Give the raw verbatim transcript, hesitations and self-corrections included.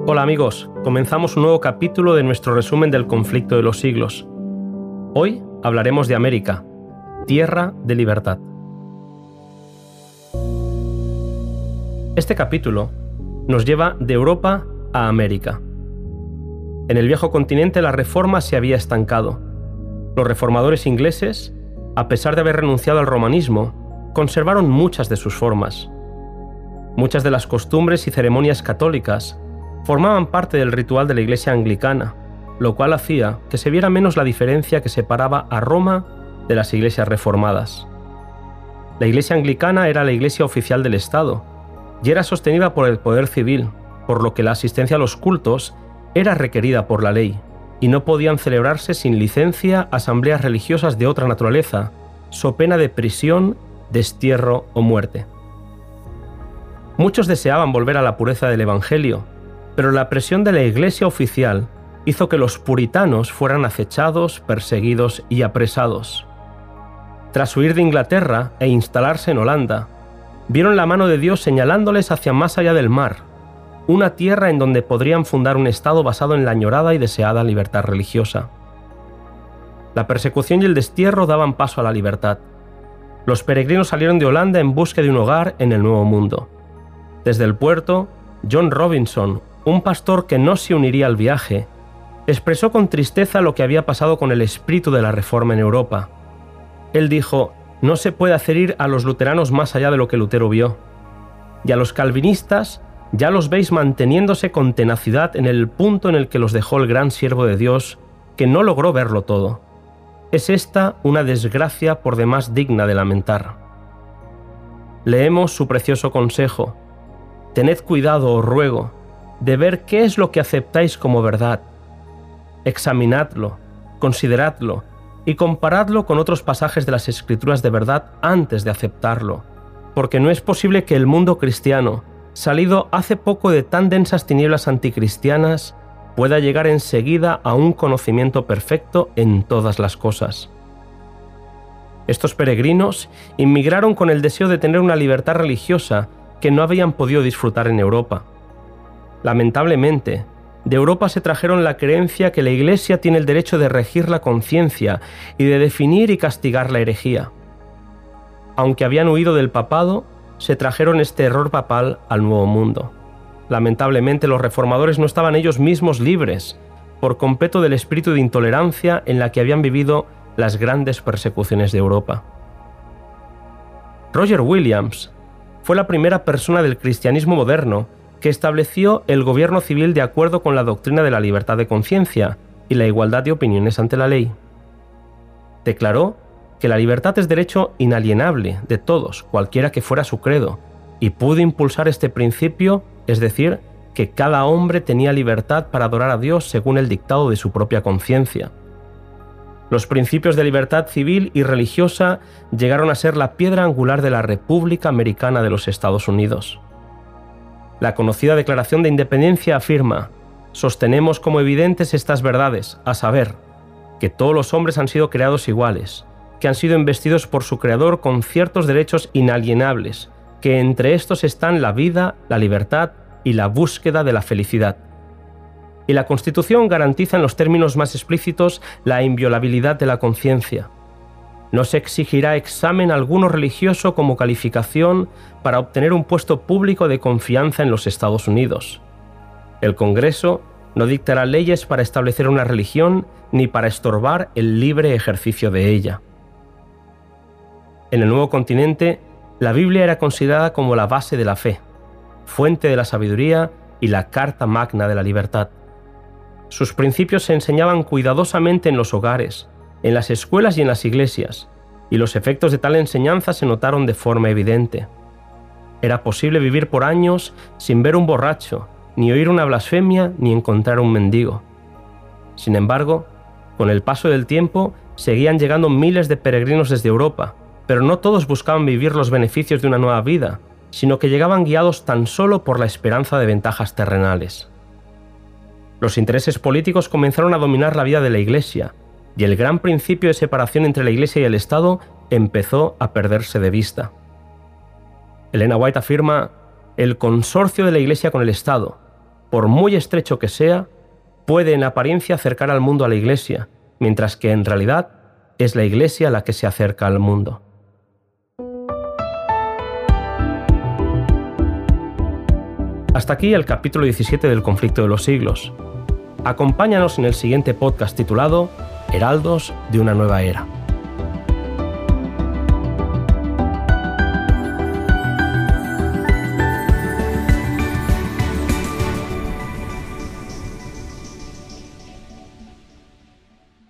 Hola amigos, comenzamos un nuevo capítulo de nuestro resumen del conflicto de los siglos. Hoy hablaremos de América, tierra de libertad. Este capítulo nos lleva de Europa a América. En el viejo continente la reforma se había estancado. Los reformadores ingleses, a pesar de haber renunciado al romanismo, conservaron muchas de sus formas. Muchas de las costumbres y ceremonias católicas formaban parte del ritual de la Iglesia anglicana, lo cual hacía que se viera menos la diferencia que separaba a Roma de las iglesias reformadas. La Iglesia anglicana era la iglesia oficial del Estado y era sostenida por el poder civil, por lo que la asistencia a los cultos era requerida por la ley y no podían celebrarse sin licencia asambleas religiosas de otra naturaleza, so pena de prisión, destierro o muerte. Muchos deseaban volver a la pureza del Evangelio, pero la presión de la Iglesia oficial hizo que los puritanos fueran acechados, perseguidos y apresados. Tras huir de Inglaterra e instalarse en Holanda, vieron la mano de Dios señalándoles hacia más allá del mar, una tierra en donde podrían fundar un Estado basado en la añorada y deseada libertad religiosa. La persecución y el destierro daban paso a la libertad. Los peregrinos salieron de Holanda en busca de un hogar en el Nuevo Mundo. Desde el puerto, John Robinson, un pastor que no se uniría al viaje, expresó con tristeza lo que había pasado con el espíritu de la Reforma en Europa. Él dijo: «No se puede hacer ir a los luteranos más allá de lo que Lutero vio. Y a los calvinistas ya los veis manteniéndose con tenacidad en el punto en el que los dejó el gran siervo de Dios, que no logró verlo todo. Es esta una desgracia por demás digna de lamentar». Leemos su precioso consejo: «Tened cuidado, os ruego, de ver qué es lo que aceptáis como verdad. Examinadlo, consideradlo y comparadlo con otros pasajes de las Escrituras de verdad antes de aceptarlo, porque no es posible que el mundo cristiano, salido hace poco de tan densas tinieblas anticristianas, pueda llegar enseguida a un conocimiento perfecto en todas las cosas». Estos peregrinos inmigraron con el deseo de tener una libertad religiosa que no habían podido disfrutar en Europa. Lamentablemente, de Europa se trajeron la creencia que la Iglesia tiene el derecho de regir la conciencia y de definir y castigar la herejía. Aunque habían huido del papado, se trajeron este error papal al Nuevo Mundo. Lamentablemente, los reformadores no estaban ellos mismos libres por completo del espíritu de intolerancia en la que habían vivido las grandes persecuciones de Europa. Roger Williams fue la primera persona del cristianismo moderno que estableció el gobierno civil de acuerdo con la doctrina de la libertad de conciencia y la igualdad de opiniones ante la ley. Declaró que la libertad es derecho inalienable de todos, cualquiera que fuera su credo, y pudo impulsar este principio, es decir, que cada hombre tenía libertad para adorar a Dios según el dictado de su propia conciencia. Los principios de libertad civil y religiosa llegaron a ser la piedra angular de la República Americana de los Estados Unidos. La conocida Declaración de Independencia afirma: «Sostenemos como evidentes estas verdades, a saber, que todos los hombres han sido creados iguales, que han sido investidos por su Creador con ciertos derechos inalienables, que entre estos están la vida, la libertad y la búsqueda de la felicidad. Y la Constitución garantiza en los términos más explícitos la inviolabilidad de la conciencia. No se exigirá examen alguno religioso como calificación para obtener un puesto público de confianza en los Estados Unidos. El Congreso no dictará leyes para establecer una religión ni para estorbar el libre ejercicio de ella». En el nuevo continente, la Biblia era considerada como la base de la fe, fuente de la sabiduría y la carta magna de la libertad. Sus principios se enseñaban cuidadosamente en los hogares, en las escuelas y en las iglesias, y los efectos de tal enseñanza se notaron de forma evidente. Era posible vivir por años sin ver un borracho, ni oír una blasfemia, ni encontrar un mendigo. Sin embargo, con el paso del tiempo, seguían llegando miles de peregrinos desde Europa, pero no todos buscaban vivir los beneficios de una nueva vida, sino que llegaban guiados tan solo por la esperanza de ventajas terrenales. Los intereses políticos comenzaron a dominar la vida de la Iglesia, y el gran principio de separación entre la Iglesia y el Estado empezó a perderse de vista. Elena White afirma: «El consorcio de la Iglesia con el Estado, por muy estrecho que sea, puede en apariencia acercar al mundo a la Iglesia, mientras que en realidad es la Iglesia la que se acerca al mundo. Hasta aquí el capítulo diecisiete del Conflicto de los Siglos. Acompáñanos en el siguiente podcast titulado Heraldos de una nueva era.